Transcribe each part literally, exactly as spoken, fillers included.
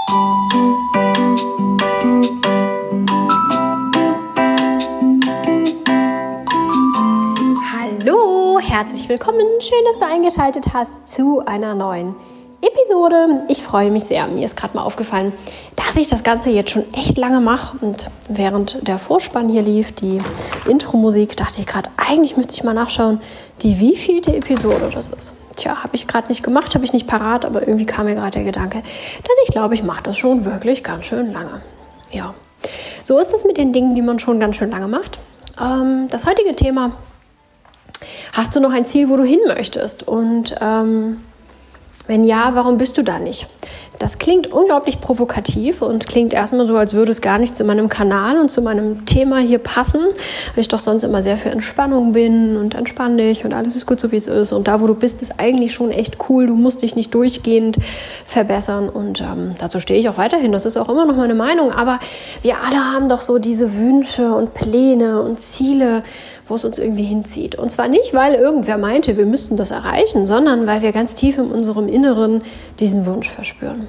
Hallo, herzlich willkommen. Schön, dass du eingeschaltet hast zu einer neuen Episode. Ich freue mich sehr. Mir ist gerade mal aufgefallen, dass ich das Ganze jetzt schon echt lange mache. Und während der Vorspann hier lief, die Intro-Musik, dachte ich gerade, eigentlich müsste ich mal nachschauen, die wievielte Episode das ist. Tja, habe ich gerade nicht gemacht, habe ich nicht parat, aber irgendwie kam mir gerade der Gedanke, dass ich glaube, ich mache das schon wirklich ganz schön lange. Ja, so ist es mit den Dingen, die man schon ganz schön lange macht. Ähm, das heutige Thema: Hast du noch ein Ziel, wo du hin möchtest? Und ähm, wenn ja, warum bist du da nicht? Das klingt unglaublich provokativ und klingt erstmal so, als würde es gar nicht zu meinem Kanal und zu meinem Thema hier passen, weil ich doch sonst immer sehr für Entspannung bin und entspann dich und alles ist gut so, wie es ist. Und da, wo du bist, ist eigentlich schon echt cool. Du musst dich nicht durchgehend verbessern und ähm, dazu stehe ich auch weiterhin. Das ist auch immer noch meine Meinung. Aber wir alle haben doch so diese Wünsche und Pläne und Ziele, wo es uns irgendwie hinzieht. Und zwar nicht, weil irgendwer meinte, wir müssten das erreichen, sondern weil wir ganz tief in unserem Inneren diesen Wunsch verspüren.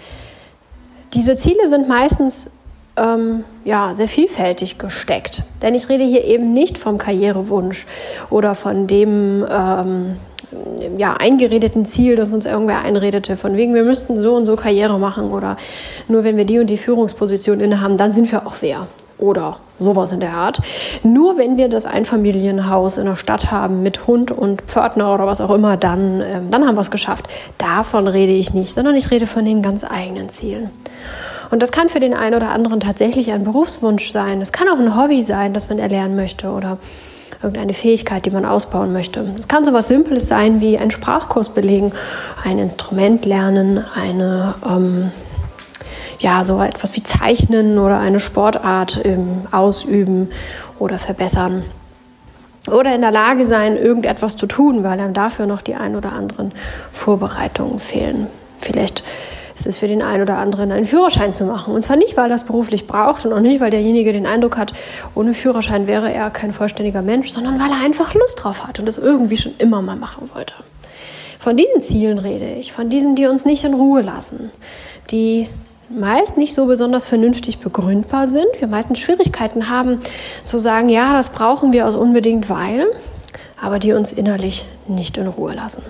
Diese Ziele sind meistens ähm, ja, sehr vielfältig gesteckt. Denn ich rede hier eben nicht vom Karrierewunsch oder von dem ähm, ja, eingeredeten Ziel, das uns irgendwer einredete, von wegen, wir müssten so und so Karriere machen oder nur wenn wir die und die Führungsposition innehaben, dann sind wir auch wer. Oder sowas in der Art. Nur wenn wir das Einfamilienhaus in der Stadt haben mit Hund und Pförtner oder was auch immer, dann, äh, dann haben wir es geschafft. Davon rede ich nicht, sondern ich rede von den ganz eigenen Zielen. Und das kann für den einen oder anderen tatsächlich ein Berufswunsch sein. Es kann auch ein Hobby sein, das man erlernen möchte oder irgendeine Fähigkeit, die man ausbauen möchte. Es kann so was Simples sein wie einen Sprachkurs belegen, ein Instrument lernen, eine ähm, ja, so etwas wie Zeichnen oder eine Sportart ähm, ausüben oder verbessern. Oder in der Lage sein, irgendetwas zu tun, weil einem dafür noch die ein oder anderen Vorbereitungen fehlen. Vielleicht ist es für den einen oder anderen, einen Führerschein zu machen. Und zwar nicht, weil er das beruflich braucht und auch nicht, weil derjenige den Eindruck hat, ohne Führerschein wäre er kein vollständiger Mensch, sondern weil er einfach Lust drauf hat und das irgendwie schon immer mal machen wollte. Von diesen Zielen rede ich, von diesen, die uns nicht in Ruhe lassen, die meist nicht so besonders vernünftig begründbar sind. Wir meistens Schwierigkeiten haben zu sagen, ja, das brauchen wir aus unbedingt weil, aber die uns innerlich nicht in Ruhe lassen.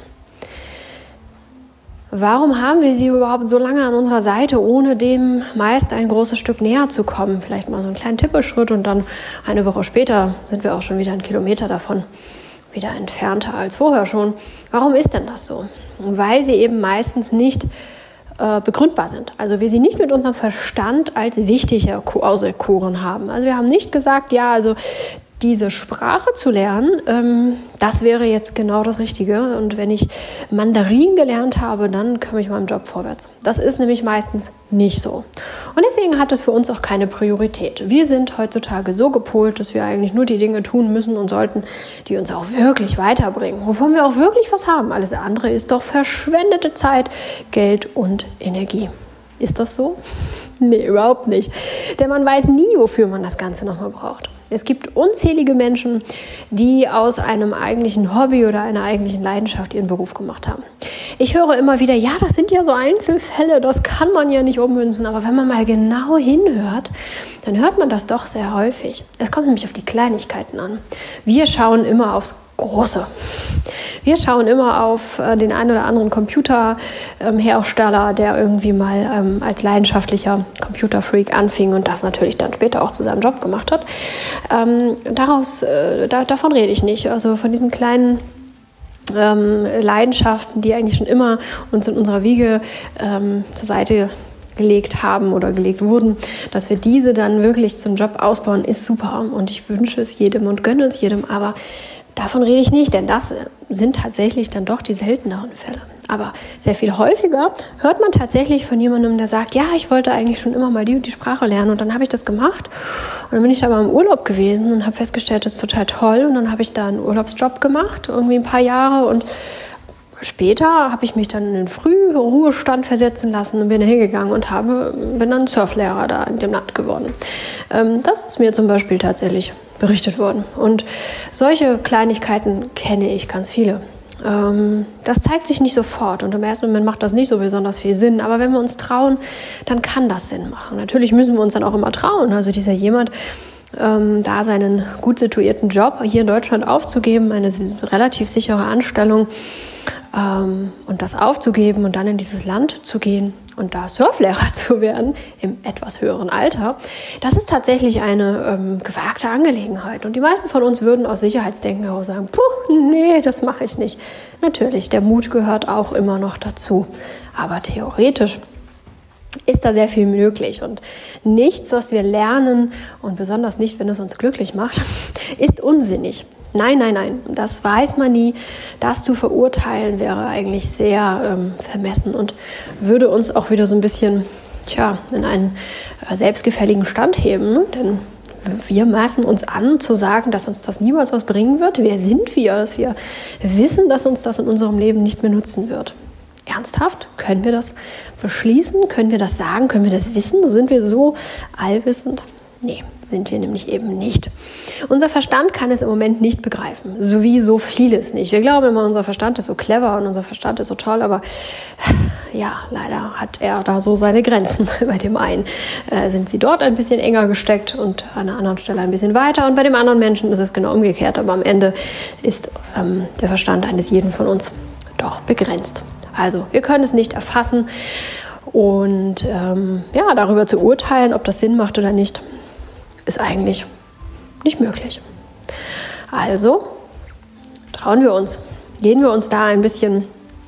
Warum haben wir sie überhaupt so lange an unserer Seite, ohne dem meist ein großes Stück näher zu kommen? Vielleicht mal so einen kleinen Tippelschritt und dann eine Woche später sind wir auch schon wieder einen Kilometer davon wieder entfernter als vorher schon. Warum ist denn das so? Weil sie eben meistens nicht begründbar sind. Also wir sie nicht mit unserem Verstand als wichtig auserkoren haben. Also wir haben nicht gesagt, ja, also diese Sprache zu lernen, ähm, das wäre jetzt genau das Richtige. Und wenn ich Mandarin gelernt habe, dann komme ich meinem Job vorwärts. Das ist nämlich meistens nicht so. Und deswegen hat es für uns auch keine Priorität. Wir sind heutzutage so gepolt, dass wir eigentlich nur die Dinge tun müssen und sollten, die uns auch wirklich weiterbringen, wovon wir auch wirklich was haben. Alles andere ist doch verschwendete Zeit, Geld und Energie. Ist das so? Nee, überhaupt nicht. Denn man weiß nie, wofür man das Ganze nochmal braucht. Es gibt unzählige Menschen, die aus einem eigentlichen Hobby oder einer eigentlichen Leidenschaft ihren Beruf gemacht haben. Ich höre immer wieder, ja, das sind ja so Einzelfälle, das kann man ja nicht ummünzen. Aber wenn man mal genau hinhört, dann hört man das doch sehr häufig. Es kommt nämlich auf die Kleinigkeiten an. Wir schauen immer aufs Große. Wir schauen immer auf äh, den einen oder anderen Computerhersteller, ähm, der irgendwie mal ähm, als leidenschaftlicher Computerfreak anfing und das natürlich dann später auch zu seinem Job gemacht hat. Ähm, daraus, äh, da, davon rede ich nicht. Also von diesen kleinen ähm, Leidenschaften, die eigentlich schon immer uns in unserer Wiege ähm, zur Seite gelegt haben oder gelegt wurden, dass wir diese dann wirklich zum Job ausbauen, ist super. Und ich wünsche es jedem und gönne es jedem, aber davon rede ich nicht, denn das sind tatsächlich dann doch die selteneren Fälle. Aber sehr viel häufiger hört man tatsächlich von jemandem, der sagt, ja, ich wollte eigentlich schon immer mal die und die Sprache lernen und dann habe ich das gemacht und dann bin ich aber im Urlaub gewesen und habe festgestellt, das ist total toll und dann habe ich da einen Urlaubsjob gemacht, irgendwie ein paar Jahre und später habe ich mich dann in den Frühruhestand versetzen lassen und bin da hingegangen und habe, bin dann Surflehrer da in dem Land geworden. Ähm, das ist mir zum Beispiel tatsächlich berichtet worden. Und solche Kleinigkeiten kenne ich ganz viele. ähm, das zeigt sich nicht sofort und im ersten Moment macht das nicht so besonders viel Sinn. Aber wenn wir uns trauen, dann kann das Sinn machen. Natürlich müssen wir uns dann auch immer trauen. Also dieser jemand, ähm, da seinen gut situierten Job hier in Deutschland aufzugeben, eine relativ sichere Anstellung ähm, und das aufzugeben und dann in dieses Land zu gehen und da Surflehrer zu werden im etwas höheren Alter, das ist tatsächlich eine ähm, gewagte Angelegenheit. Und die meisten von uns würden aus Sicherheitsdenken heraus sagen, puh, nee, das mache ich nicht. Natürlich, der Mut gehört auch immer noch dazu. Aber theoretisch ist da sehr viel möglich. Und nichts, was wir lernen, und besonders nicht, wenn es uns glücklich macht, ist unsinnig. Nein, nein, nein, das weiß man nie. Das zu verurteilen wäre eigentlich sehr ähm, vermessen und würde uns auch wieder so ein bisschen tja, in einen äh, selbstgefälligen Stand heben. Ne? Denn wir maßen uns an, zu sagen, dass uns das niemals was bringen wird. Wer sind wir, dass wir wissen, dass uns das in unserem Leben nicht mehr nutzen wird? Ernsthaft? Können wir das beschließen? Können wir das sagen? Können wir das wissen? Sind wir so allwissend? Nee, sind wir nämlich eben nicht. Unser Verstand kann es im Moment nicht begreifen, so wie so vieles nicht. Wir glauben immer, unser Verstand ist so clever und unser Verstand ist so toll, aber ja, leider hat er da so seine Grenzen. Bei dem einen äh, sind sie dort ein bisschen enger gesteckt und an einer anderen Stelle ein bisschen weiter und bei dem anderen Menschen ist es genau umgekehrt, aber am Ende ist ähm, der Verstand eines jeden von uns doch begrenzt. Also, wir können es nicht erfassen und ähm, ja, darüber zu urteilen, ob das Sinn macht oder nicht, ist eigentlich nicht möglich. Also trauen wir uns, gehen wir uns da ein bisschen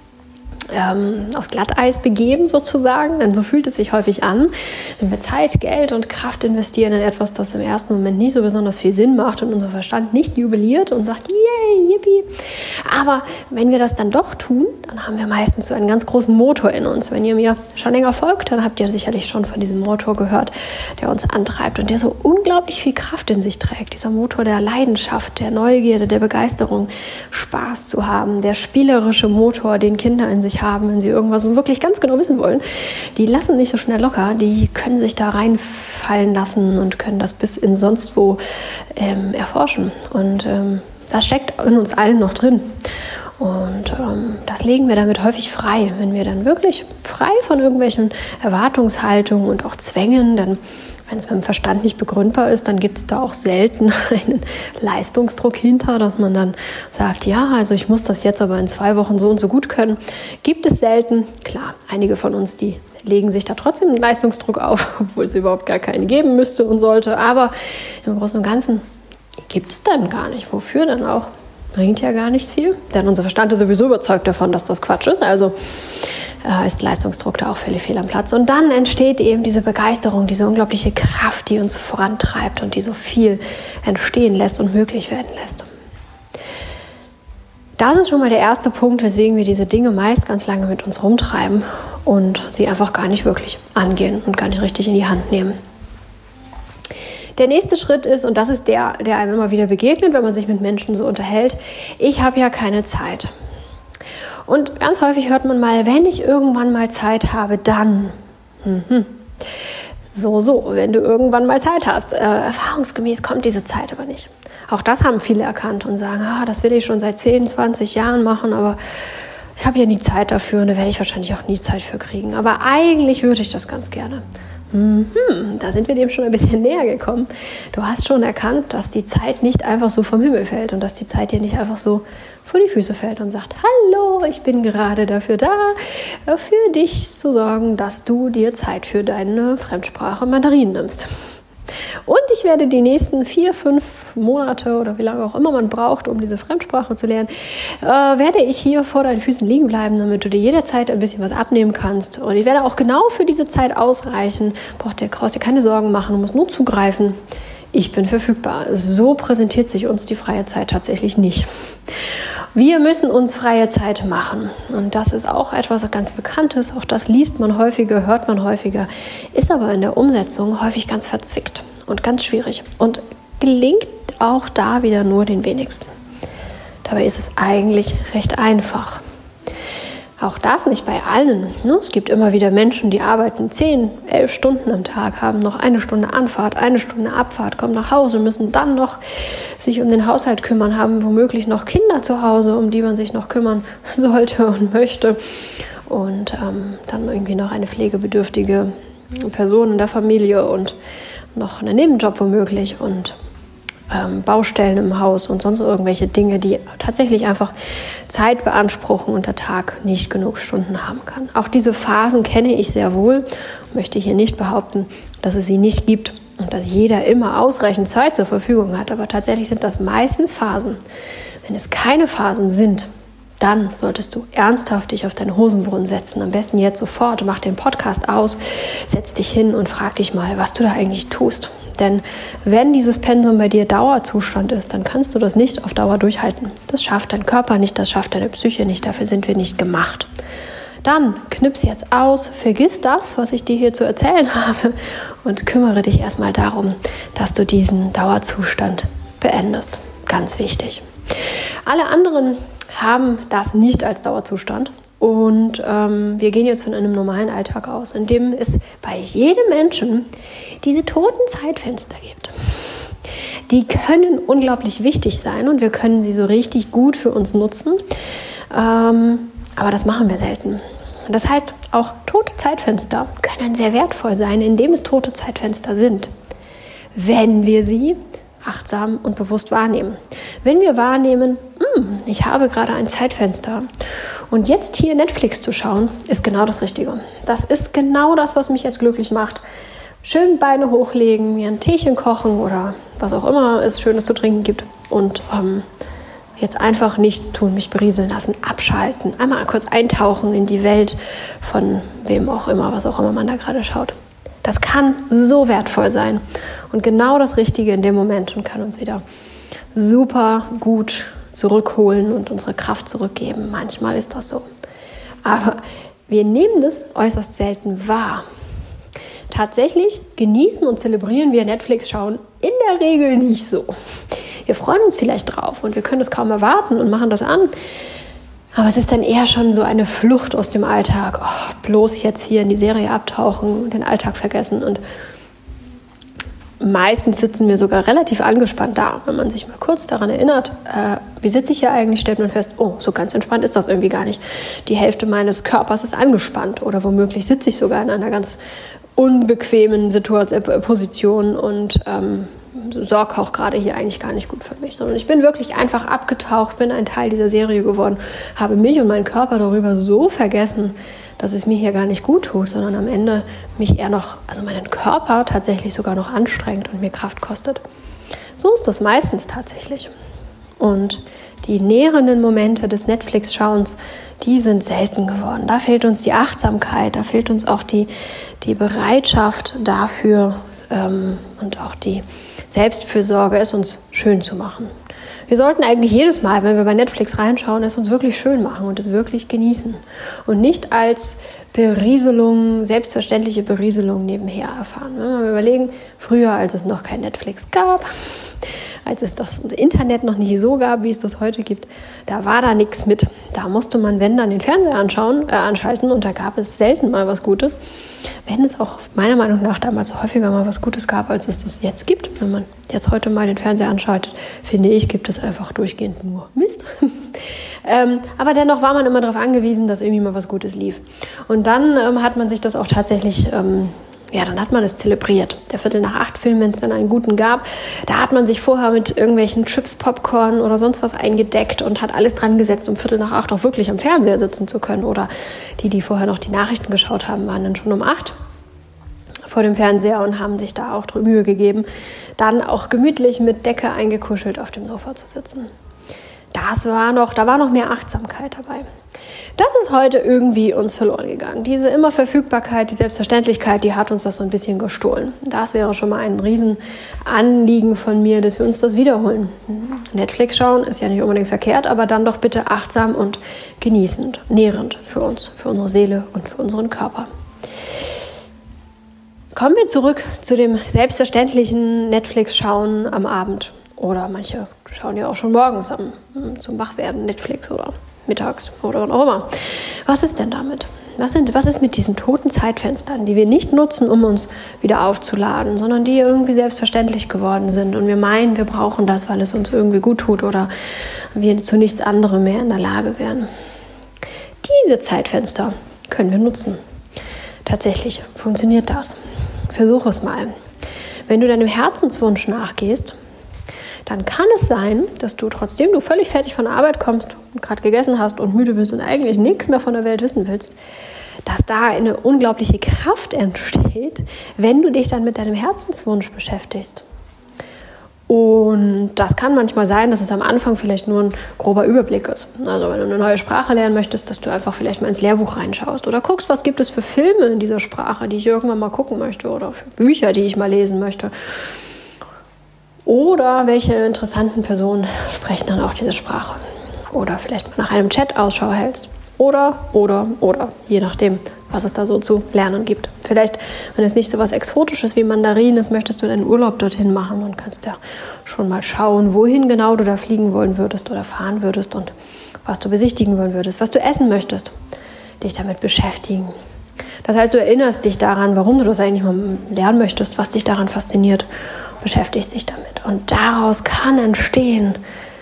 ähm, aufs Glatteis begeben sozusagen, denn so fühlt es sich häufig an, wenn wir Zeit, Geld und Kraft investieren in etwas, das im ersten Moment nicht so besonders viel Sinn macht und unser Verstand nicht jubiliert und sagt, yay, yippie. Aber wenn wir das dann doch tun, dann haben wir meistens so einen ganz großen Motor in uns. Wenn ihr mir schon länger folgt, dann habt ihr sicherlich schon von diesem Motor gehört, der uns antreibt und der so unglaublich viel Kraft in sich trägt. Dieser Motor der Leidenschaft, der Neugierde, der Begeisterung, Spaß zu haben, der spielerische Motor, den Kinder in sich haben, wenn sie irgendwas so wirklich ganz genau wissen wollen. Die lassen nicht so schnell locker, die können sich da reinfallen lassen und können das bis in sonst wo ähm, erforschen. Und ähm, das steckt in uns allen noch drin. Und ähm, das legen wir damit häufig frei, wenn wir dann wirklich frei von irgendwelchen Erwartungshaltungen und auch Zwängen, dann wenn es mit dem Verstand nicht begründbar ist, dann gibt es da auch selten einen Leistungsdruck hinter, dass man dann sagt, ja, also ich muss das jetzt aber in zwei Wochen so und so gut können. Gibt es selten. Klar, einige von uns, die legen sich da trotzdem einen Leistungsdruck auf, obwohl es überhaupt gar keinen geben müsste und sollte. Aber im Großen und Ganzen gibt es dann gar nicht. Wofür dann auch? Bringt ja gar nichts viel. Denn unser Verstand ist sowieso überzeugt davon, dass das Quatsch ist. Also äh, ist Leistungsdruck da auch völlig fehl am Platz. Und dann entsteht eben diese Begeisterung, diese unglaubliche Kraft, die uns vorantreibt und die so viel entstehen lässt und möglich werden lässt. Das ist schon mal der erste Punkt, weswegen wir diese Dinge meist ganz lange mit uns rumtreiben und sie einfach gar nicht wirklich angehen und gar nicht richtig in die Hand nehmen. Der nächste Schritt ist, und das ist der, der einem immer wieder begegnet, wenn man sich mit Menschen so unterhält, ich habe ja keine Zeit. Und ganz häufig hört man mal, wenn ich irgendwann mal Zeit habe, dann. Mhm. So, so, wenn du irgendwann mal Zeit hast. Äh, erfahrungsgemäß kommt diese Zeit aber nicht. Auch das haben viele erkannt und sagen, ah, das will ich schon seit zehn, zwanzig Jahren machen, aber ich habe ja nie Zeit dafür und da werde ich wahrscheinlich auch nie Zeit für kriegen. Aber eigentlich würde ich das ganz gerne. Mhm, da sind wir dem schon ein bisschen näher gekommen. Du hast schon erkannt, dass die Zeit nicht einfach so vom Himmel fällt und dass die Zeit dir nicht einfach so vor die Füße fällt und sagt, hallo, ich bin gerade dafür da, für dich zu sorgen, dass du dir Zeit für deine Fremdsprache Mandarin nimmst. Und ich werde die nächsten vier, fünf Monate oder wie lange auch immer man braucht, um diese Fremdsprache zu lernen, äh, werde ich hier vor deinen Füßen liegen bleiben, damit du dir jederzeit ein bisschen was abnehmen kannst. Und ich werde auch genau für diese Zeit ausreichen. Brauchst dir, brauchst dir keine Sorgen machen, du musst nur zugreifen. Ich bin verfügbar. So präsentiert sich uns die freie Zeit tatsächlich nicht. Wir müssen uns freie Zeit machen. Und das ist auch etwas ganz Bekanntes. Auch das liest man häufiger, hört man häufiger, ist aber in der Umsetzung häufig ganz verzwickt und ganz schwierig. Und gelingt auch da wieder nur den wenigsten. Dabei ist es eigentlich recht einfach. Auch das nicht bei allen. Ne? Es gibt immer wieder Menschen, die arbeiten zehn, elf Stunden am Tag, haben noch eine Stunde Anfahrt, eine Stunde Abfahrt, kommen nach Hause, müssen dann noch sich um den Haushalt kümmern, haben womöglich noch Kinder zu Hause, um die man sich noch kümmern sollte und möchte. Und ähm, dann irgendwie noch eine pflegebedürftige Person in der Familie und noch einen Nebenjob womöglich und ähm, Baustellen im Haus und sonst irgendwelche Dinge, die tatsächlich einfach Zeit beanspruchen und der Tag nicht genug Stunden haben kann. Auch diese Phasen kenne ich sehr wohl, möchte hier nicht behaupten, dass es sie nicht gibt und dass jeder immer ausreichend Zeit zur Verfügung hat, aber tatsächlich sind das meistens Phasen. Wenn es keine Phasen sind, dann solltest du ernsthaft dich auf deinen Hosenboden setzen. Am besten jetzt sofort, mach den Podcast aus, setz dich hin und frag dich mal, was du da eigentlich tust. Denn wenn dieses Pensum bei dir Dauerzustand ist, dann kannst du das nicht auf Dauer durchhalten. Das schafft dein Körper nicht, das schafft deine Psyche nicht, dafür sind wir nicht gemacht. Dann knips jetzt aus, vergiss das, was ich dir hier zu erzählen habe und kümmere dich erstmal darum, dass du diesen Dauerzustand beendest. Ganz wichtig. Alle anderen haben das nicht als Dauerzustand und ähm, wir gehen jetzt von einem normalen Alltag aus, in dem es bei jedem Menschen diese toten Zeitfenster gibt. Die können unglaublich wichtig sein und wir können sie so richtig gut für uns nutzen, ähm, aber das machen wir selten. Das heißt, auch tote Zeitfenster können sehr wertvoll sein, indem es tote Zeitfenster sind, wenn wir sie achtsam und bewusst wahrnehmen. Wenn wir wahrnehmen, ich habe gerade ein Zeitfenster und jetzt hier Netflix zu schauen, ist genau das Richtige. Das ist genau das, was mich jetzt glücklich macht. Schön Beine hochlegen, mir ein Teechen kochen oder was auch immer es Schönes zu trinken gibt und ähm, jetzt einfach nichts tun, mich berieseln lassen, abschalten, einmal kurz eintauchen in die Welt von wem auch immer, was auch immer man da gerade schaut. Das kann so wertvoll sein und genau das Richtige in dem Moment und kann uns wieder super gut zurückholen und unsere Kraft zurückgeben. Manchmal ist das so. Aber wir nehmen das äußerst selten wahr. Tatsächlich genießen und zelebrieren wir Netflix schauen in der Regel nicht so. Wir freuen uns vielleicht drauf und wir können es kaum erwarten und machen das an. Aber es ist dann eher schon so eine Flucht aus dem Alltag. Oh, bloß jetzt hier in die Serie abtauchen und den Alltag vergessen. Und meistens sitzen wir sogar relativ angespannt da. Wenn man sich mal kurz daran erinnert, äh, wie sitze ich hier eigentlich, stellt man fest, oh, so ganz entspannt ist das irgendwie gar nicht. Die Hälfte meines Körpers ist angespannt oder womöglich sitze ich sogar in einer ganz unbequemen Situation, äh, Position und ähm, sorge auch gerade hier eigentlich gar nicht gut für mich, sondern ich bin wirklich einfach abgetaucht, bin ein Teil dieser Serie geworden, habe mich und meinen Körper darüber so vergessen, dass es mir hier gar nicht gut tut, sondern am Ende mich eher noch, also meinen Körper tatsächlich sogar noch anstrengt und mir Kraft kostet. So ist das meistens tatsächlich. Und die nährenden Momente des Netflix-Schauens, die sind selten geworden. Da fehlt uns die Achtsamkeit, da fehlt uns auch die, die Bereitschaft dafür ähm, und auch die Selbstfürsorge, es uns schön zu machen. Wir sollten eigentlich jedes Mal, wenn wir bei Netflix reinschauen, es uns wirklich schön machen und es wirklich genießen und nicht als Berieselung, selbstverständliche Berieselung nebenher erfahren. Wenn wir überlegen, früher, als es noch kein Netflix gab, als es das Internet noch nicht so gab, wie es das heute gibt, da war da nichts mit. Da musste man, wenn, dann den Fernseher anschauen, äh, anschalten und da gab es selten mal was Gutes. Wenn es auch meiner Meinung nach damals häufiger mal was Gutes gab, als es das jetzt gibt. Wenn man jetzt heute mal den Fernseher anschaltet, finde ich, gibt es einfach durchgehend nur Mist. ähm, aber dennoch war man immer darauf angewiesen, dass irgendwie mal was Gutes lief. Und dann ähm, hat man sich das auch tatsächlich... Ähm, Ja, dann hat man es zelebriert. Der Viertel nach acht Film, wenn es dann einen guten gab, da hat man sich vorher mit irgendwelchen Chips, Popcorn oder sonst was eingedeckt und hat alles dran gesetzt, um Viertel nach acht auch wirklich am Fernseher sitzen zu können. Oder die, die vorher noch die Nachrichten geschaut haben, waren dann schon um acht vor dem Fernseher und haben sich da auch Mühe gegeben, dann auch gemütlich mit Decke eingekuschelt auf dem Sofa zu sitzen. Das war noch, da war noch mehr Achtsamkeit dabei. Das ist heute irgendwie uns verloren gegangen. Diese Immerverfügbarkeit, die Selbstverständlichkeit, die hat uns das so ein bisschen gestohlen. Das wäre schon mal ein Riesenanliegen von mir, dass wir uns das wiederholen. Netflix schauen ist ja nicht unbedingt verkehrt, aber dann doch bitte achtsam und genießend, nährend für uns, für unsere Seele und für unseren Körper. Kommen wir zurück zu dem selbstverständlichen Netflix-Schauen am Abend. Oder manche schauen ja auch schon morgens am, zum Wachwerden Netflix oder mittags oder wann auch immer. Was ist denn damit? Was, sind, was ist mit diesen toten Zeitfenstern, die wir nicht nutzen, um uns wieder aufzuladen, sondern die irgendwie selbstverständlich geworden sind und wir meinen, wir brauchen das, weil es uns irgendwie gut tut oder wir zu nichts anderem mehr in der Lage wären. Diese Zeitfenster können wir nutzen. Tatsächlich funktioniert das. Versuch es mal. Wenn du deinem Herzenswunsch nachgehst, dann kann es sein, dass du, trotzdem du völlig fertig von der Arbeit kommst und gerade gegessen hast und müde bist und eigentlich nichts mehr von der Welt wissen willst, dass da eine unglaubliche Kraft entsteht, wenn du dich dann mit deinem Herzenswunsch beschäftigst. Und das kann manchmal sein, dass es am Anfang vielleicht nur ein grober Überblick ist. Also wenn du eine neue Sprache lernen möchtest, dass du einfach vielleicht mal ins Lehrbuch reinschaust oder guckst, was gibt es für Filme in dieser Sprache, die ich irgendwann mal gucken möchte oder für Bücher, die ich mal lesen möchte. Oder welche interessanten Personen sprechen dann auch diese Sprache. Oder vielleicht mal nach einem Chat Ausschau hältst. Oder, oder, oder, je nachdem, was es da so zu lernen gibt. Vielleicht, wenn es nicht so was Exotisches wie Mandarin ist, möchtest du deinen Urlaub dorthin machen und kannst ja schon mal schauen, wohin genau du da fliegen wollen würdest oder fahren würdest und was du besichtigen wollen würdest, was du essen möchtest, dich damit beschäftigen. Das heißt, du erinnerst dich daran, warum du das eigentlich mal lernen möchtest, was dich daran fasziniert, beschäftigst dich damit. Und daraus kann entstehen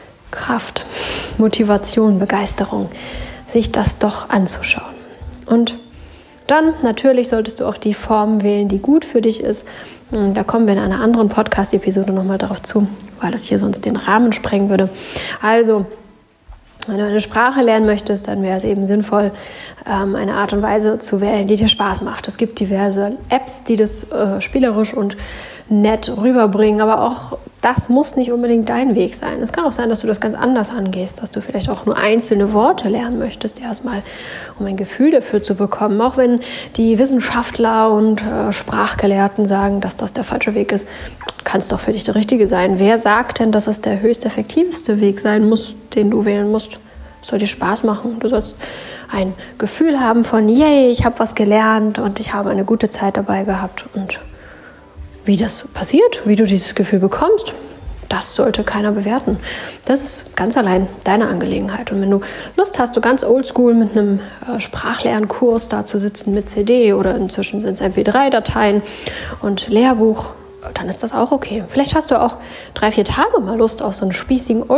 Kraft, Motivation, Begeisterung, sich das doch anzuschauen. Und dann natürlich solltest du auch die Form wählen, die gut für dich ist. Da kommen wir in einer anderen Podcast-Episode nochmal darauf zu, weil das hier sonst den Rahmen sprengen würde. Also, wenn du eine Sprache lernen möchtest, dann wäre es eben sinnvoll, eine Art und Weise zu wählen, die dir Spaß macht. Es gibt diverse Apps, die das äh, spielerisch und nett rüberbringen, aber auch das muss nicht unbedingt dein Weg sein. Es kann auch sein, dass du das ganz anders angehst, dass du vielleicht auch nur einzelne Worte lernen möchtest, erstmal, um ein Gefühl dafür zu bekommen. Auch wenn die Wissenschaftler und äh, Sprachgelehrten sagen, dass das der falsche Weg ist, kann es doch für dich der richtige sein. Wer sagt denn, dass es der höchst effektivste Weg sein muss, den du wählen musst? Es soll dir Spaß machen. Du sollst ein Gefühl haben von, yay, ich habe was gelernt und ich habe eine gute Zeit dabei gehabt. Und wie das passiert, wie du dieses Gefühl bekommst, das sollte keiner bewerten. Das ist ganz allein deine Angelegenheit. Und wenn du Lust hast, so ganz oldschool mit einem äh, Sprachlernkurs da zu sitzen mit C D oder inzwischen sind es M P drei Dateien und Lehrbuch, dann ist das auch okay. Vielleicht hast du auch drei, vier Tage mal Lust auf so einen spießigen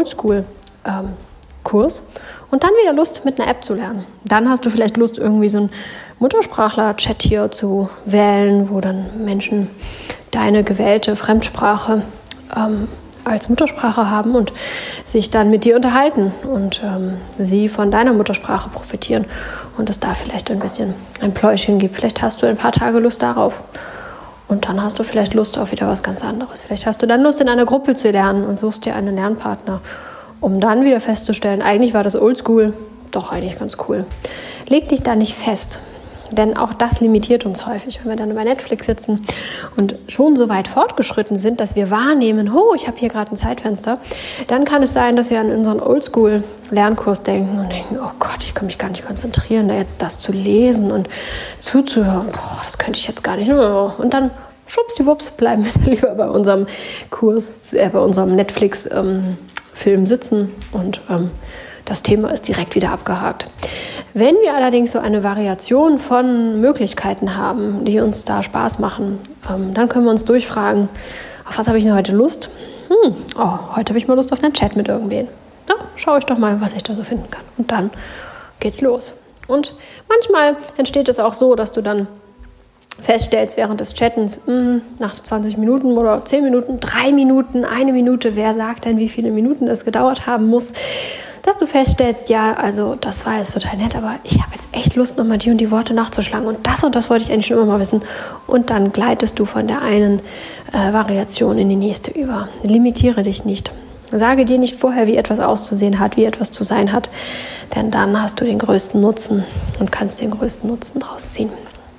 Oldschool-Kurs ähm, und dann wieder Lust, mit einer App zu lernen. Dann hast du vielleicht Lust, irgendwie so einen Muttersprachler-Chat hier zu wählen, wo dann Menschen deine gewählte Fremdsprache ähm, als Muttersprache haben und sich dann mit dir unterhalten und ähm, sie von deiner Muttersprache profitieren und es da vielleicht ein bisschen ein Pläuschen gibt. Vielleicht hast du ein paar Tage Lust darauf und dann hast du vielleicht Lust auf wieder was ganz anderes. Vielleicht hast du dann Lust, in einer Gruppe zu lernen und suchst dir einen Lernpartner, um dann wieder festzustellen, eigentlich war das Oldschool doch eigentlich ganz cool. Leg dich da nicht fest. Denn auch das limitiert uns häufig, wenn wir dann über Netflix sitzen und schon so weit fortgeschritten sind, dass wir wahrnehmen, oh, ich habe hier gerade ein Zeitfenster, dann kann es sein, dass wir an unseren Oldschool-Lernkurs denken und denken, oh Gott, ich kann mich gar nicht konzentrieren, da jetzt das zu lesen und zuzuhören, boah, das könnte ich jetzt gar nicht. Und dann schwuppsdiwupps bleiben wir lieber bei unserem Kurs, äh, bei unserem Netflix-Film ähm, sitzen und ähm, das Thema ist direkt wieder abgehakt. Wenn wir allerdings so eine Variation von Möglichkeiten haben, die uns da Spaß machen, ähm, dann können wir uns durchfragen, auf was habe ich denn heute Lust? Hm, oh, heute habe ich mal Lust auf einen Chat mit irgendwen. Na, schaue ich doch mal, was ich da so finden kann. Und dann geht's los. Und manchmal entsteht es auch so, dass du dann feststellst während des Chattens, mh, nach zwanzig Minuten oder zehn Minuten, drei Minuten, eine Minute, wer sagt denn, wie viele Minuten es gedauert haben muss, dass du feststellst, ja, also das war jetzt total nett, aber ich habe jetzt echt Lust, nochmal die und die Worte nachzuschlagen und das und das wollte ich eigentlich schon immer mal wissen. Und dann gleitest du von der einen äh, Variation in die nächste über. Limitiere dich nicht. Sage dir nicht vorher, wie etwas auszusehen hat, wie etwas zu sein hat, denn dann hast du den größten Nutzen und kannst den größten Nutzen draus ziehen.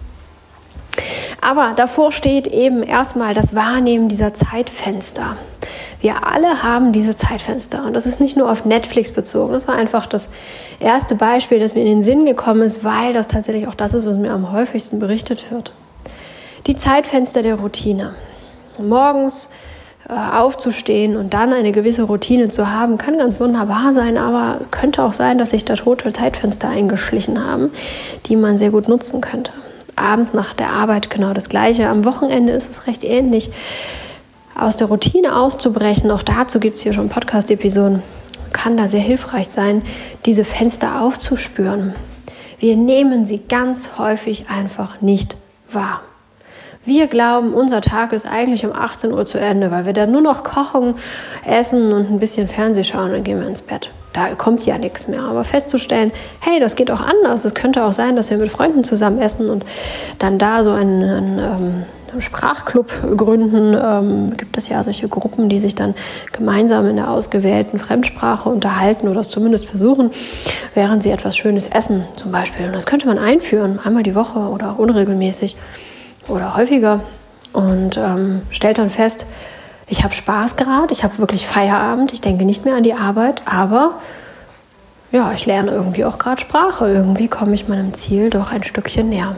Aber davor steht eben erstmal das Wahrnehmen dieser Zeitfenster. Wir alle haben diese Zeitfenster und das ist nicht nur auf Netflix bezogen. Das war einfach das erste Beispiel, das mir in den Sinn gekommen ist, weil das tatsächlich auch das ist, was mir am häufigsten berichtet wird. Die Zeitfenster der Routine. Morgens aufzustehen und dann eine gewisse Routine zu haben, kann ganz wunderbar sein, aber es könnte auch sein, dass sich da tote Zeitfenster eingeschlichen haben, die man sehr gut nutzen könnte. Abends nach der Arbeit genau das Gleiche. Am Wochenende ist es recht ähnlich. Aus der Routine auszubrechen, auch dazu gibt es hier schon Podcast-Episoden, kann da sehr hilfreich sein, diese Fenster aufzuspüren. Wir nehmen sie ganz häufig einfach nicht wahr. Wir glauben, unser Tag ist eigentlich um achtzehn Uhr zu Ende, weil wir dann nur noch kochen, essen und ein bisschen Fernseh schauen und dann gehen wir ins Bett. Da kommt ja nichts mehr. Aber festzustellen, hey, das geht auch anders. Es könnte auch sein, dass wir mit Freunden zusammen essen und dann da so einen, einen ähm, Sprachclub gründen. Ähm, gibt es ja solche Gruppen, die sich dann gemeinsam in der ausgewählten Fremdsprache unterhalten oder es zumindest versuchen, während sie etwas Schönes essen zum Beispiel. Und das könnte man einführen, einmal die Woche oder unregelmäßig oder häufiger und ähm, stellt dann fest, ich habe Spaß gerade, ich habe wirklich Feierabend, ich denke nicht mehr an die Arbeit, aber ja, ich lerne irgendwie auch gerade Sprache. Irgendwie komme ich meinem Ziel doch ein Stückchen näher.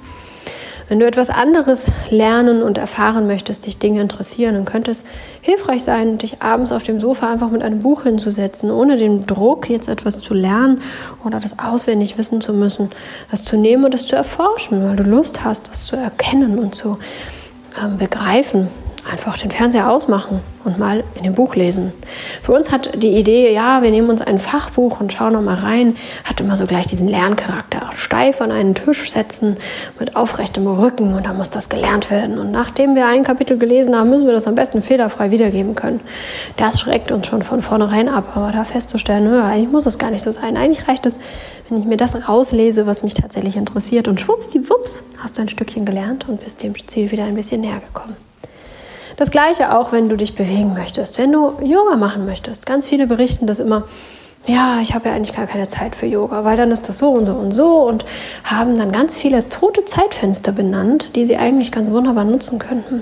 Wenn du etwas anderes lernen und erfahren möchtest, dich Dinge interessieren, dann könnte es hilfreich sein, dich abends auf dem Sofa einfach mit einem Buch hinzusetzen, ohne den Druck, jetzt etwas zu lernen oder das auswendig wissen zu müssen, das zu nehmen und das zu erforschen, weil du Lust hast, das zu erkennen und zu ähm, begreifen. Einfach den Fernseher ausmachen und mal in dem Buch lesen. Für uns hat die Idee, ja, wir nehmen uns ein Fachbuch und schauen noch mal rein, hat immer so gleich diesen Lerncharakter. Steif an einen Tisch setzen mit aufrechtem Rücken und dann muss das gelernt werden. Und nachdem wir ein Kapitel gelesen haben, müssen wir das am besten fehlerfrei wiedergeben können. Das schreckt uns schon von vornherein ab. Aber da festzustellen, nö, eigentlich muss es gar nicht so sein. Eigentlich reicht es, wenn ich mir das rauslese, was mich tatsächlich interessiert. Und schwuppsdiwupps, hast du ein Stückchen gelernt und bist dem Ziel wieder ein bisschen näher gekommen. Das Gleiche auch, wenn du dich bewegen möchtest, wenn du Yoga machen möchtest. Ganz viele berichten das immer, ja, ich habe ja eigentlich gar keine Zeit für Yoga, weil dann ist das so und so und so und haben dann ganz viele tote Zeitfenster benannt, die sie eigentlich ganz wunderbar nutzen könnten.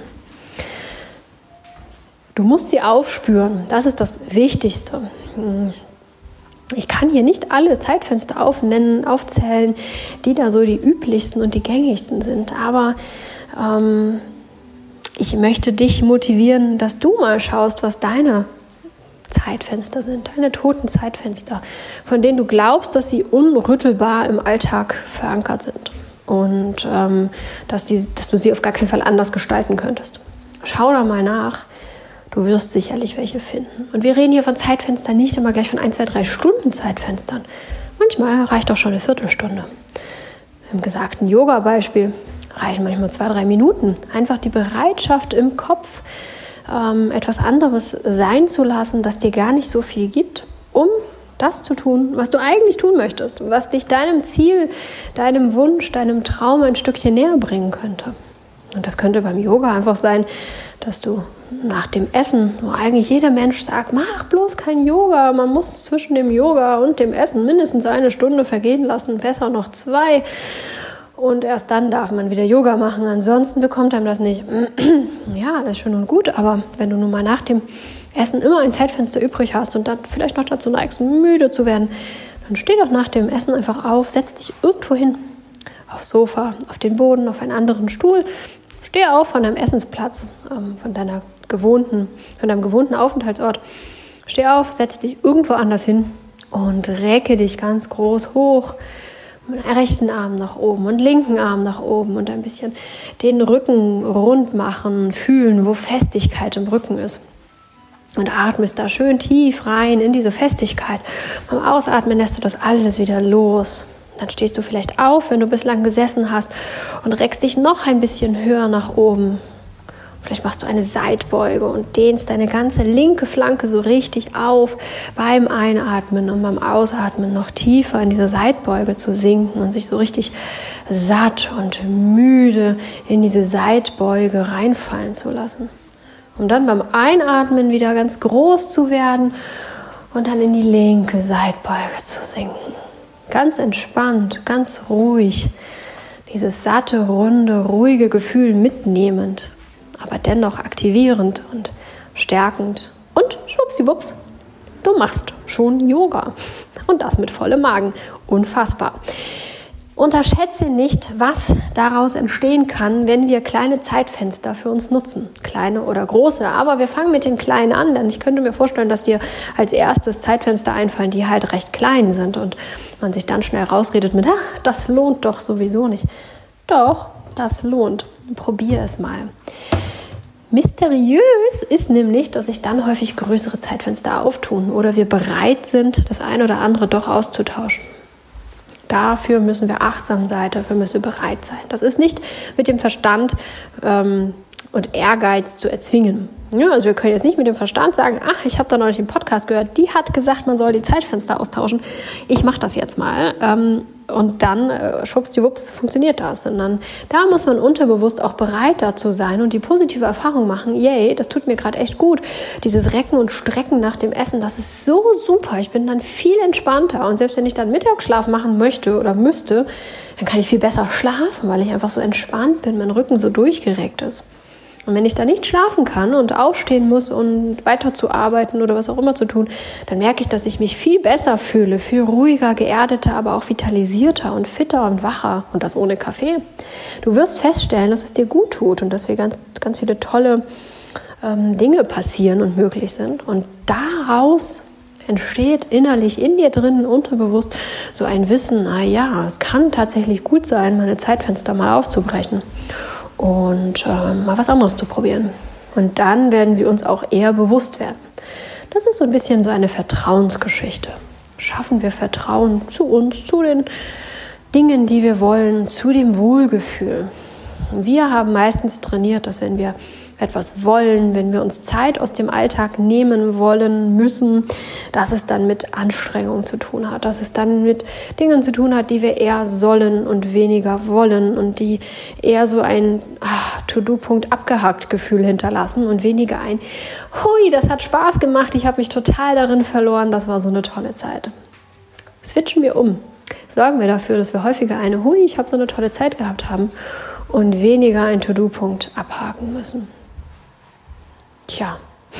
Du musst sie aufspüren, das ist das Wichtigste. Ich kann hier nicht alle Zeitfenster aufnennen, aufzählen, die da so die üblichsten und die gängigsten sind, aber ähm, ich möchte dich motivieren, dass du mal schaust, was deine Zeitfenster sind, deine toten Zeitfenster, von denen du glaubst, dass sie unrüttelbar im Alltag verankert sind und ähm, dass, die, dass du sie auf gar keinen Fall anders gestalten könntest. Schau da mal nach, du wirst sicherlich welche finden. Und wir reden hier von Zeitfenstern nicht immer gleich von ein, zwei, drei Stunden Zeitfenstern. Manchmal reicht auch schon eine Viertelstunde. Im gesagten Yoga-Beispiel reichen manchmal zwei, drei Minuten. Einfach die Bereitschaft im Kopf, ähm, etwas anderes sein zu lassen, das dir gar nicht so viel gibt, um das zu tun, was du eigentlich tun möchtest, was dich deinem Ziel, deinem Wunsch, deinem Traum ein Stückchen näher bringen könnte. Und das könnte beim Yoga einfach sein, dass du nach dem Essen, wo eigentlich jeder Mensch sagt, mach bloß kein Yoga, man muss zwischen dem Yoga und dem Essen mindestens eine Stunde vergehen lassen, besser noch zwei. Und erst dann darf man wieder Yoga machen, ansonsten bekommt einem das nicht. Ja, das ist schön und gut, aber wenn du nun mal nach dem Essen immer ein Zeitfenster übrig hast und dann vielleicht noch dazu neigst, müde zu werden, dann steh doch nach dem Essen einfach auf, setz dich irgendwo hin, aufs Sofa, auf den Boden, auf einen anderen Stuhl, steh auf von deinem Essensplatz, ähm, von deiner gewohnten, von deinem gewohnten Aufenthaltsort, steh auf, setz dich irgendwo anders hin und recke dich ganz groß hoch, mit dem rechten Arm nach oben und linken Arm nach oben und ein bisschen den Rücken rund machen, fühlen, wo Festigkeit im Rücken ist. Und atmest da schön tief rein in diese Festigkeit. Beim Ausatmen lässt du das alles wieder los. Dann stehst du vielleicht auf, wenn du bislang gesessen hast und reckst dich noch ein bisschen höher nach oben. Vielleicht machst du eine Seitbeuge und dehnst deine ganze linke Flanke so richtig auf beim Einatmen und beim Ausatmen noch tiefer in diese Seitbeuge zu sinken und sich so richtig satt und müde in diese Seitbeuge reinfallen zu lassen. Um dann beim Einatmen wieder ganz groß zu werden und dann in die linke Seitbeuge zu sinken. Ganz entspannt, ganz ruhig, dieses satte, runde, ruhige Gefühl mitnehmend, aber dennoch aktivierend und stärkend. Und schwuppsiwupps, du machst schon Yoga. Und das mit vollem Magen. Unfassbar. Unterschätze nicht, was daraus entstehen kann, wenn wir kleine Zeitfenster für uns nutzen. Kleine oder große, aber wir fangen mit den kleinen an, denn ich könnte mir vorstellen, dass dir als erstes Zeitfenster einfallen, die halt recht klein sind und man sich dann schnell rausredet mit, ach, das lohnt doch sowieso nicht. Doch, das lohnt. Probier es mal. Mysteriös ist nämlich, dass sich dann häufig größere Zeitfenster auftun oder wir bereit sind, das ein oder andere doch auszutauschen. Dafür müssen wir achtsam sein, dafür müssen wir bereit sein. Das ist nicht mit dem Verstand ähm, und Ehrgeiz zu erzwingen. Ja, also wir können jetzt nicht mit dem Verstand sagen, ach, ich habe da neulich einen Podcast gehört, die hat gesagt, man soll die Zeitfenster austauschen. Ich mache das jetzt mal. Ähm, und dann, äh, schwuppsdiwupps, funktioniert das. Sondern da muss man unterbewusst auch bereit dazu sein und die positive Erfahrung machen, yay, das tut mir gerade echt gut. Dieses Recken und Strecken nach dem Essen, das ist so super. Ich bin dann viel entspannter. Und selbst wenn ich dann Mittagsschlaf machen möchte oder müsste, dann kann ich viel besser schlafen, weil ich einfach so entspannt bin, mein Rücken so durchgereckt ist. Und wenn ich da nicht schlafen kann und aufstehen muss und weiterzuarbeiten oder was auch immer zu tun, dann merke ich, dass ich mich viel besser fühle, viel ruhiger, geerdeter, aber auch vitalisierter und fitter und wacher. Und das ohne Kaffee. Du wirst feststellen, dass es dir gut tut und dass wir ganz, ganz viele tolle ähm, Dinge passieren und möglich sind. Und daraus entsteht innerlich in dir drinnen unterbewusst so ein Wissen, na ja, es kann tatsächlich gut sein, meine Zeitfenster mal aufzubrechen. Und äh, mal was anderes zu probieren. Und dann werden sie uns auch eher bewusst werden. Das ist so ein bisschen so eine Vertrauensgeschichte. Schaffen wir Vertrauen zu uns, zu den Dingen, die wir wollen, zu dem Wohlgefühl. Und wir haben meistens trainiert, dass wenn wir etwas wollen, wenn wir uns Zeit aus dem Alltag nehmen wollen, müssen, dass es dann mit Anstrengung zu tun hat, dass es dann mit Dingen zu tun hat, die wir eher sollen und weniger wollen und die eher so ein ach, To-Do-Punkt abgehakt Gefühl hinterlassen und weniger ein hui, das hat Spaß gemacht, ich habe mich total darin verloren, das war so eine tolle Zeit. Switchen wir um, sorgen wir dafür, dass wir häufiger eine hui, ich habe so eine tolle Zeit gehabt haben und weniger ein To-Do-Punkt abhaken müssen. Tja,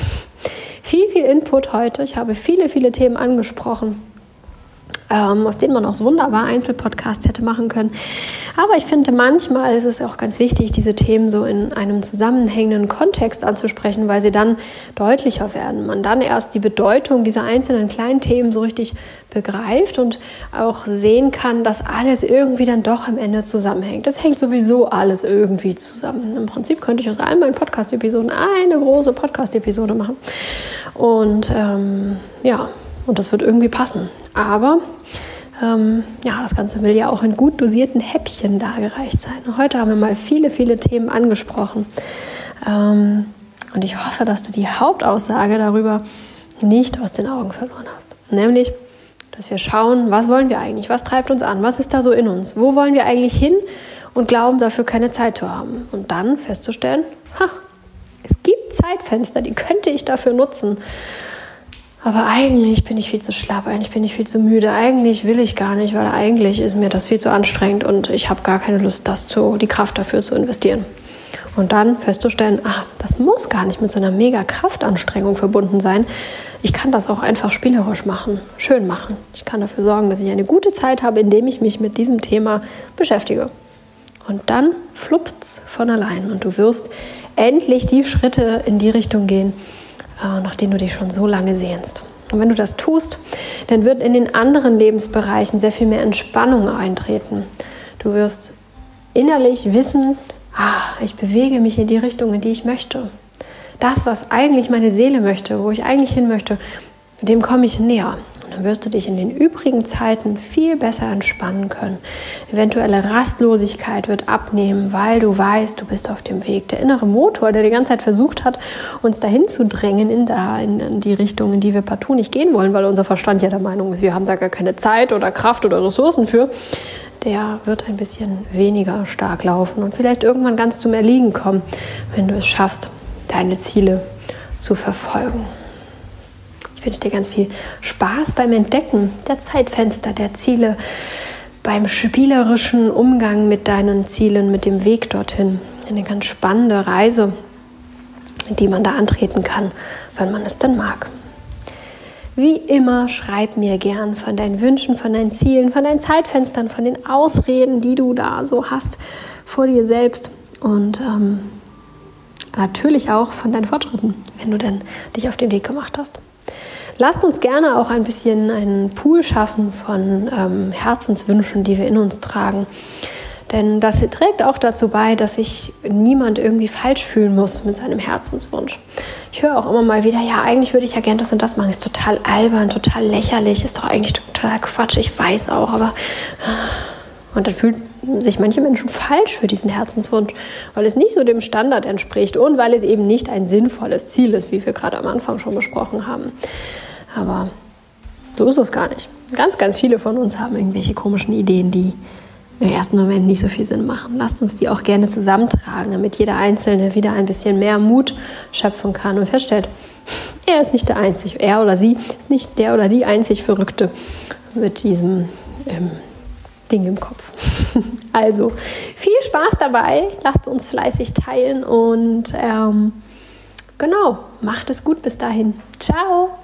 viel, viel Input heute. Ich habe viele, viele Themen angesprochen, ähm, aus denen man auch wunderbar Einzelpodcasts hätte machen können. Aber ich finde, manchmal ist es auch ganz wichtig, diese Themen so in einem zusammenhängenden Kontext anzusprechen, weil sie dann deutlicher werden. Man dann erst die Bedeutung dieser einzelnen kleinen Themen so richtig begreift und auch sehen kann, dass alles irgendwie dann doch am Ende zusammenhängt. Das hängt sowieso alles irgendwie zusammen. Im Prinzip könnte ich aus all meinen Podcast-Episoden eine große Podcast-Episode machen. Und ähm, ja, und das wird irgendwie passen. Aber ähm, ja, das Ganze will ja auch in gut dosierten Häppchen dargereicht sein. Heute haben wir mal viele, viele Themen angesprochen. Ähm, und ich hoffe, dass du die Hauptaussage darüber nicht aus den Augen verloren hast. Nämlich, dass wir schauen, was wollen wir eigentlich? Was treibt uns an? Was ist da so in uns? Wo wollen wir eigentlich hin? Und glauben, dafür keine Zeit zu haben. Und dann festzustellen, ha, es gibt Zeitfenster, die könnte ich dafür nutzen. Aber eigentlich bin ich viel zu schlapp, eigentlich bin ich viel zu müde, eigentlich will ich gar nicht, weil eigentlich ist mir das viel zu anstrengend und ich habe gar keine Lust, das zu, die Kraft dafür zu investieren. Und dann festzustellen, ah, das muss gar nicht mit so einer mega Kraftanstrengung verbunden sein. Ich kann das auch einfach spielerisch machen, schön machen. Ich kann dafür sorgen, dass ich eine gute Zeit habe, indem ich mich mit diesem Thema beschäftige. Und dann fluppt's von allein und du wirst endlich die Schritte in die Richtung gehen, nach denen du dich schon so lange sehnst. Und wenn du das tust, dann wird in den anderen Lebensbereichen sehr viel mehr Entspannung eintreten. Du wirst innerlich wissen, ah, ich bewege mich in die Richtung, in die ich möchte. Das, was eigentlich meine Seele möchte, wo ich eigentlich hin möchte, dem komme ich näher. Und dann wirst du dich in den übrigen Zeiten viel besser entspannen können. Eventuelle Rastlosigkeit wird abnehmen, weil du weißt, du bist auf dem Weg. Der innere Motor, der die ganze Zeit versucht hat, uns dahin zu drängen in, da, in, in die Richtung, in die wir partout nicht gehen wollen, weil unser Verstand ja der Meinung ist, wir haben da gar keine Zeit oder Kraft oder Ressourcen für, der wird ein bisschen weniger stark laufen und vielleicht irgendwann ganz zum Erliegen kommen, wenn du es schaffst, deine Ziele zu verfolgen. Ich wünsche dir ganz viel Spaß beim Entdecken der Zeitfenster, der Ziele, beim spielerischen Umgang mit deinen Zielen, mit dem Weg dorthin. Eine ganz spannende Reise, die man da antreten kann, wenn man es denn mag. Wie immer, schreib mir gern von deinen Wünschen, von deinen Zielen, von deinen Zeitfenstern, von den Ausreden, die du da so hast vor dir selbst und ähm, natürlich auch von deinen Fortschritten, wenn du dann dich auf den Weg gemacht hast. Lasst uns gerne auch ein bisschen einen Pool schaffen von ähm, Herzenswünschen, die wir in uns tragen. Denn das trägt auch dazu bei, dass sich niemand irgendwie falsch fühlen muss mit seinem Herzenswunsch. Ich höre auch immer mal wieder, ja, eigentlich würde ich ja gerne das und das machen. Ist total albern, total lächerlich, ist doch eigentlich total Quatsch. Ich weiß auch, aber... Und dann fühlen sich manche Menschen falsch für diesen Herzenswunsch, weil es nicht so dem Standard entspricht und weil es eben nicht ein sinnvolles Ziel ist, wie wir gerade am Anfang schon besprochen haben. Aber so ist es gar nicht. Ganz, ganz viele von uns haben irgendwelche komischen Ideen, die im ersten Moment nicht so viel Sinn machen. Lasst uns die auch gerne zusammentragen, damit jeder Einzelne wieder ein bisschen mehr Mut schöpfen kann und feststellt, er ist nicht der Einzige, er oder sie ist nicht der oder die einzig Verrückte mit diesem ähm, Ding im Kopf. Also, viel Spaß dabei, lasst uns fleißig teilen und ähm, genau, macht es gut bis dahin. Ciao!